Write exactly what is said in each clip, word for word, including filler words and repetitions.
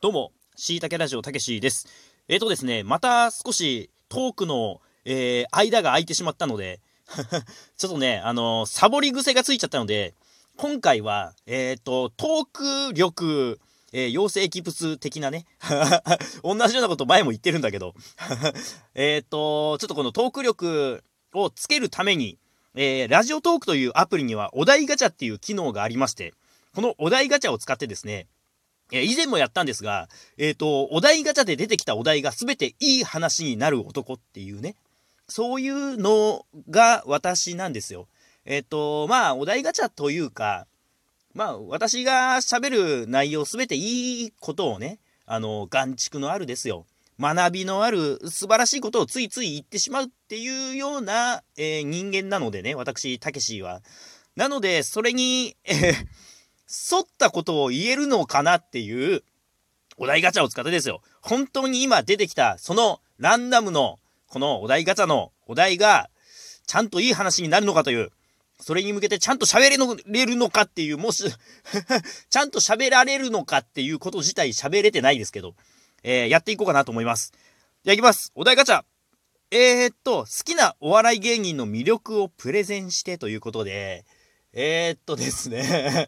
どうも、しいたけラジオたけしです。えーとですね、また少しトークの、えー、間が空いてしまったので、ちょっとね、あのー、サボり癖がついちゃったので、今回は、えーと、トーク力、えー、養成キプス的なね、同じようなこと前も言ってるんだけど、えーと、ちょっとこのトーク力をつけるために、えー、ラジオトークというアプリにはお題ガチャっていう機能がありまして、このお題ガチャを使ってですね、以前もやったんですが、えっと、お題ガチャで出てきたお題が全ていい話になる男っていうね、そういうのが私なんですよ。えっと、まあ、お題ガチャというか、まあ、私が喋る内容全ていいことをね、あの、眼蓄のあるですよ。学びのある素晴らしいことをついつい言ってしまうっていうような、えー人間なのでね、私、たけしは。なので、それに、えー沿ったことを言えるのかなっていうお題ガチャを使ってですよ。本当に今出てきたそのランダムのこのお題ガチャのお題がちゃんといい話になるのかという、それに向けてちゃんと喋れるのかっていう、もしちゃんと喋られるのかっていうこと自体喋れてないですけど、えー、やっていこうかなと思います。じゃあいきます。お題ガチャ。えー、っと好きなお笑い芸人の魅力をプレゼンしてということで、えー、っとですね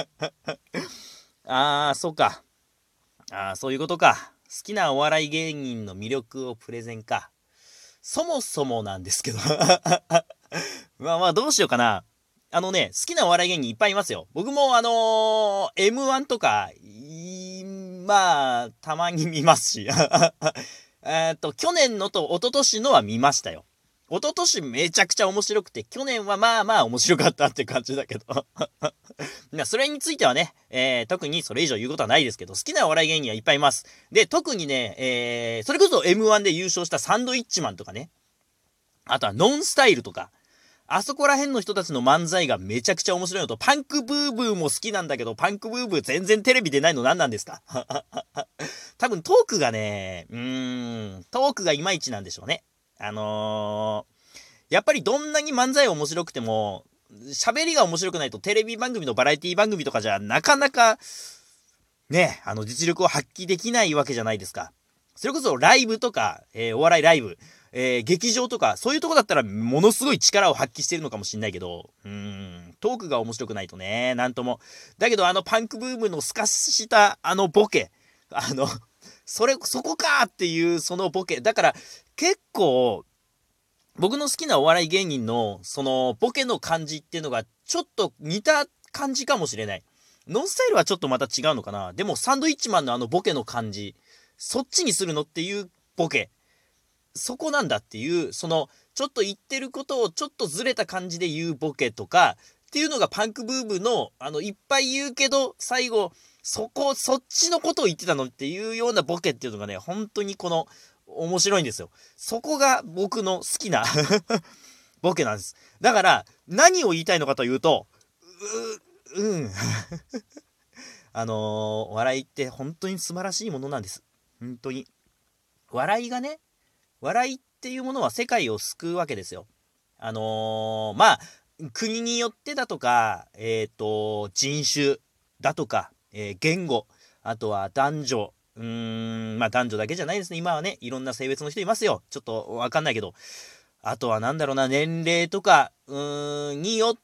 あー、そうか。あー、そういうことか。好きなお笑い芸人の魅力をプレゼンか。そもそもなんですけどまあまあ、どうしようかな。あのね、好きなお笑い芸人いっぱいいますよ。僕もあのー、エムワン とか、まあ、たまに見ますし。えっと、去年のと一昨年のは見ましたよ。一昨年めちゃくちゃ面白くて、去年はまあまあ面白かったって感じだけどそれについてはね、えー、特にそれ以上言うことはないですけど、好きなお笑い芸人はいっぱいいます。で、特にね、えー、それこそ エムワン で優勝したサンドイッチマンとかね、あとはノンスタイルとか、あそこら辺の人たちの漫才がめちゃくちゃ面白いのと、パンクブーブーも好きなんだけど、パンクブーブー全然テレビ出ないの何なんですか多分トークがね、うーん、トークがいまいちなんでしょうね。あのー、やっぱりどんなに漫才面白くても、喋りが面白くないとテレビ番組のバラエティ番組とかじゃなかなか、ね、あの実力を発揮できないわけじゃないですか。それこそライブとか、えー、お笑いライブ、えー、劇場とか、そういうとこだったらものすごい力を発揮してるのかもしんないけど、うーん、トークが面白くないとね、なんとも。だけどあのパンクブームの透かしたあのボケ、あの、それ、そこかっていうそのボケ。だから結構、僕の好きなお笑い芸人のそのボケの感じっていうのがちょっと似た感じかもしれない。ノンスタイルはちょっとまた違うのかな。でもサンドイッチマンのあのボケの感じ、そっちにするのっていうボケ、そこなんだっていう、そのちょっと言ってることをちょっとずれた感じで言うボケとかっていうのがパンクブームのあのいっぱい言うけど最後そこそっちのことを言ってたのっていうようなボケっていうのがね、本当にこの面白いんですよ。そこが僕の好きなボケなんです。だから何を言いたいのかというと、ううんあのー、お笑いって本当に素晴らしいものなんです。本当に笑いがね、笑いっていうものは世界を救うわけですよ。あのー、まあ国によってだとか、えっと人種だとか、えー、言語、あとは男女、うーん、まあ男女だけじゃないですね。今はね、いろんな性別の人いますよ。ちょっとわかんないけど。あとはなんだろうな、年齢とか、うーん、によって、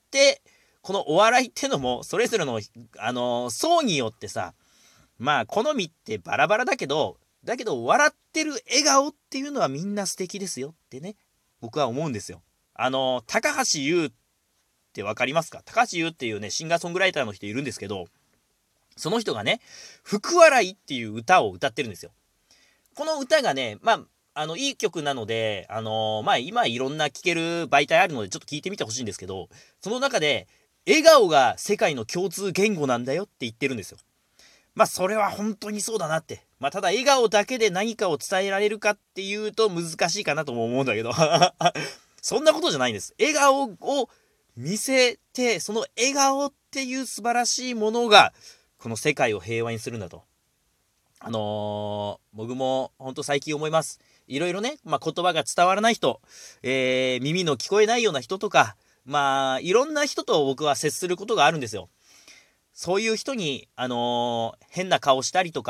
このお笑いってのも、それぞれの、あのー層によってさ、まあ、好みってバラバラだけど、だけど、笑ってる笑顔っていうのはみんな素敵ですよってね、僕は思うんですよ。あのー高橋優ってわかりますか？高橋優っていうね、シンガーソングライターの人いるんですけど、その人がね、福笑いっていう歌を歌ってるんですよ。この歌がね、まあ、あの、いい曲なので、あのーまあ、今いろんな聴ける媒体あるので、ちょっと聞いてみてほしいんですけど、その中で、笑顔が世界の共通言語なんだよって言ってるんですよ。まあ、それは本当にそうだなって。まあ、ただ、笑顔だけで何かを伝えられるかっていうと難しいかなとも思うんだけど、そんなことじゃないんです。笑顔を見せて、その笑顔っていう素晴らしいものが、この世界を平和にするんだと。あのー、僕も本当最近思います。いろいろね、まあ、言葉が伝わらない人、えー、耳の聞こえないような人とか、まあ、いろんな人と僕は接することがあるんですよ。そういう人に、あのー、変な顔したりとか、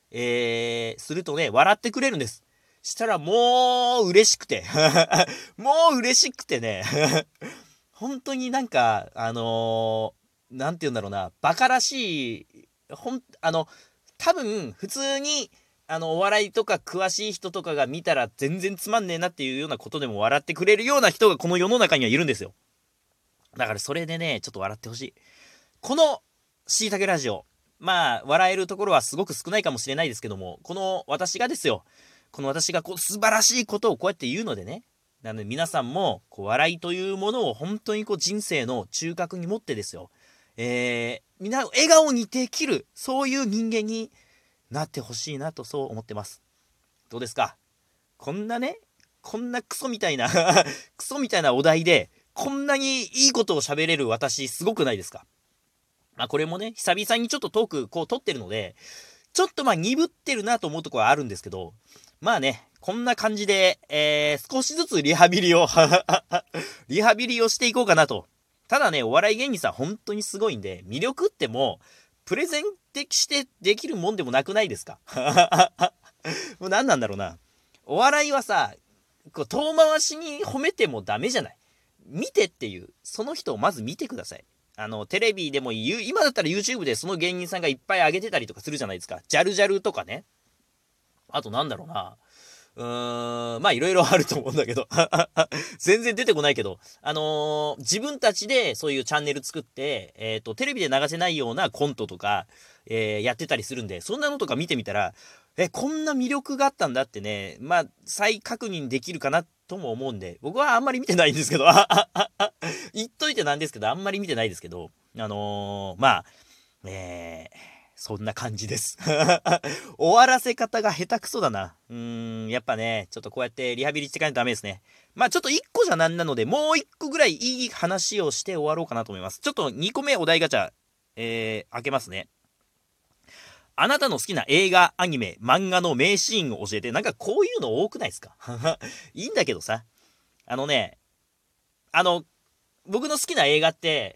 えー、するとね、笑ってくれるんです。したらもう嬉しくて。もう嬉しくてね。本当になんか、あのー、なんて言うんだろうな、バカらしい、ほん、あの、多分、普通に、あの、お笑いとか詳しい人とかが見たら全然つまんねえなっていうようなことでも笑ってくれるような人がこの世の中にはいるんですよ。だからそれでね、ちょっと笑ってほしい。この、しいたけラジオ。まあ、笑えるところはすごく少ないかもしれないですけども、この私がですよ、この私がこう素晴らしいことをこうやって言うのでね、なので皆さんもこう笑いというものを本当にこう人生の中核に持ってですよ、えー、みんな笑顔にできる、そういう人間になってほしいなとそう思ってます。どうですか？こんなね、こんなクソみたいなクソみたいなお題で、こんなにいいことを喋れる私、すごくないですか？まあこれもね、久々にちょっとトークこう撮ってるので、ちょっとまあ鈍ってるなと思うところはあるんですけど、まあね、こんな感じで、えー、少しずつリハビリをリハビリをしていこうかなと。ただね、お笑い芸人さん本当にすごいんで、魅力ってもう、プレゼンでしてできるもんでもなくないですか？もう何なんだろうな。お笑いはさ、こう遠回しに褒めてもダメじゃない。見てっていう、その人をまず見てください。あの、テレビでもいい、今だったら YouTube でその芸人さんがいっぱい上げてたりとかするじゃないですか。ジャルジャルとかね。あとなんだろうな。うーん、まあいろいろあると思うんだけど。全然出てこないけど。あのー、自分たちでそういうチャンネル作って、えっと、テレビで流せないようなコントとか、えー、やってたりするんで、そんなのとか見てみたら、え、こんな魅力があったんだってね、まあ、再確認できるかなとも思うんで、僕はあんまり見てないんですけど、言っといてなんですけど、あんまり見てないですけど、あのー、まあ、えー、そんな感じです。終わらせ方が下手くそだな。うーん、やっぱね、ちょっとこうやってリハビリしていかないとダメですね。まあちょっといっこじゃなんなので、もういっこぐらいいい話をして終わろうかなと思います。ちょっとにこめお題ガチャ、えー、開けますね。あなたの好きな映画、アニメ、漫画の名シーンを教えて。なんかこういうの多くないですか？いいんだけどさ。あのね、あの、僕の好きな映画って、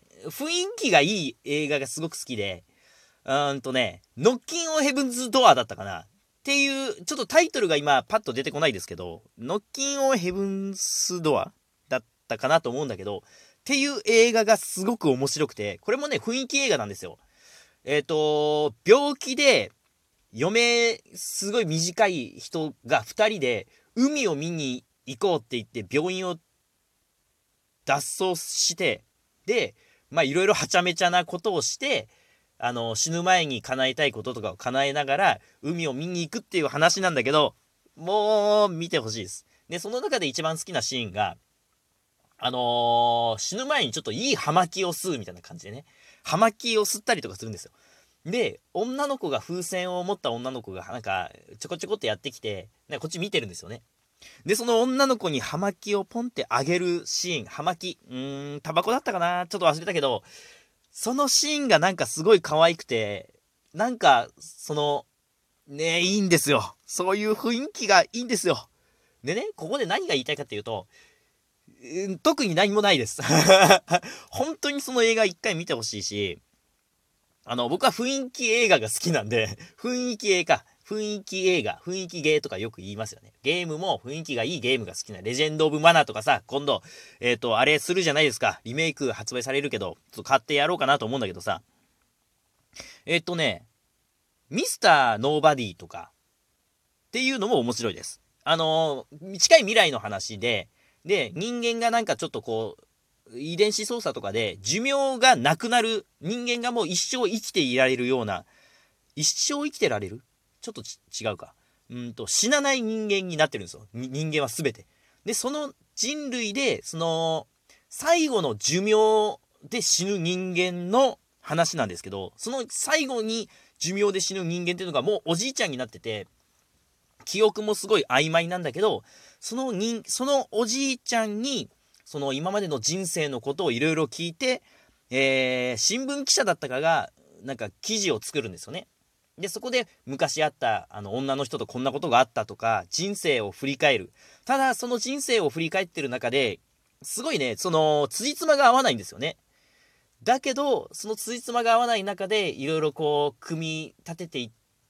雰囲気がいい映画がすごく好きで、うーんとね、ノッキンオンヘブンズドアだったかなっていう、ちょっとタイトルが今パッと出てこないですけど、ノッキンオンヘブンズドアだったかなと思うんだけど、っていう映画がすごく面白くて、これもね、雰囲気映画なんですよ。えっ、ー、と、病気で、余命すごい短い人がふたりで、海を見に行こうって言って病院を脱走して、で、まあいろいろはちゃめちゃなことをして、あの、死ぬ前に叶えたいこととかを叶えながら、海を見に行くっていう話なんだけど、もう、見てほしいです。で、その中で一番好きなシーンが、あのー、死ぬ前にちょっといい葉巻を吸うみたいな感じでね、葉巻を吸ったりとかするんですよ。で、女の子が風船を持った女の子が、なんか、ちょこちょこってやってきて、なんかこっち見てるんですよね。で、その女の子に葉巻をポンってあげるシーン、葉巻、うーん、タバコだったかなちょっと忘れたけど、そのシーンがなんかすごい可愛くて、なんか、その、ね、いいんですよ。そういう雰囲気がいいんですよ。でね、ここで何が言いたいかっていうと、うん、特に何もないです。本当にその映画一回見てほしいし、あの、僕は雰囲気映画が好きなんで、雰囲気映画、雰囲気映画、雰囲気ゲーとかよく言いますよね。ゲームも雰囲気がいいゲームが好きな、レジェンド・オブ・マナーとかさ、今度、えっ、ー、と、あれするじゃないですか。リメイク発売されるけど、ちょっと買ってやろうかなと思うんだけどさ。えっ、ー、とね、ミスター・ノーバディとか、っていうのも面白いです。あのー、近い未来の話で、で、人間がなんかちょっとこう、遺伝子操作とかで寿命がなくなる、人間がもう一生生きていられるような、一生生きてられるちょっと違うか。うんと、死なない人間になってるんですよ。人間は全て。で、その人類で、その、最後の寿命で死ぬ人間の話なんですけど、その最後に寿命で死ぬ人間っていうのがもうおじいちゃんになってて、記憶もすごい曖昧なんだけど、その人、そのおじいちゃんに、その今までの人生のことをいろいろ聞いて、えー、新聞記者だったかが、なんか記事を作るんですよね。で、そこで昔あったあの女の人とこんなことがあったとか、人生を振り返る。ただ、その人生を振り返ってる中で、すごいね、その、辻褄が合わないんですよね。だけど、その辻褄が合わない中で、いろいろこう、組み立てていっ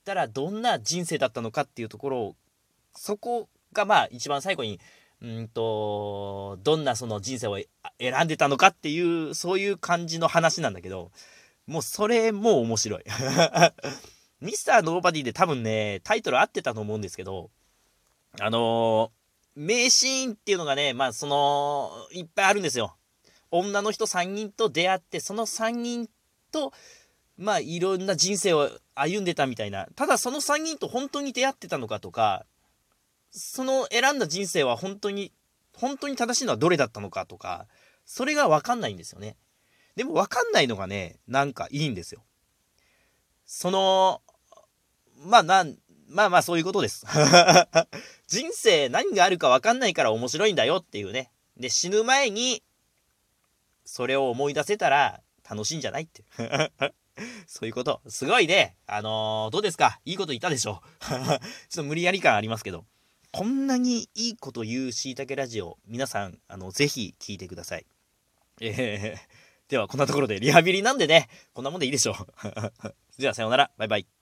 たらどんな人生だったのかっていうところを、そこがまあ一番最後にうんとどんなその人生を選んでたのかっていうそういう感じの話なんだけど、もうそれも面白いミスターノーバディで多分ねタイトル合ってたと思うんですけど、あのー、名シーンっていうのがね、まあそのいっぱいあるんですよ。女の人さんにんと出会って、そのさんにんとまあいろんな人生を歩んでたみたいな。ただそのさんにんと本当に出会ってたのかとか、その選んだ人生は本当に本当に正しいのはどれだったのかとか、それが分かんないんですよね。でも分かんないのがね、なんかいいんですよ。そのまあなんまあまあそういうことです人生何があるか分かんないから面白いんだよっていうね。で死ぬ前にそれを思い出せたら楽しいんじゃないってそういうこと。すごいね。あのー、どうですか？いいこと言ったでしょちょっと無理やり感ありますけど。こんなにいいこと言うしいたけラジオ、皆さん、あの、ぜひ聞いてください。えー、では、こんなところでリハビリなんでね、こんなもんでいいでしょう。じゃあ、さようなら。バイバイ。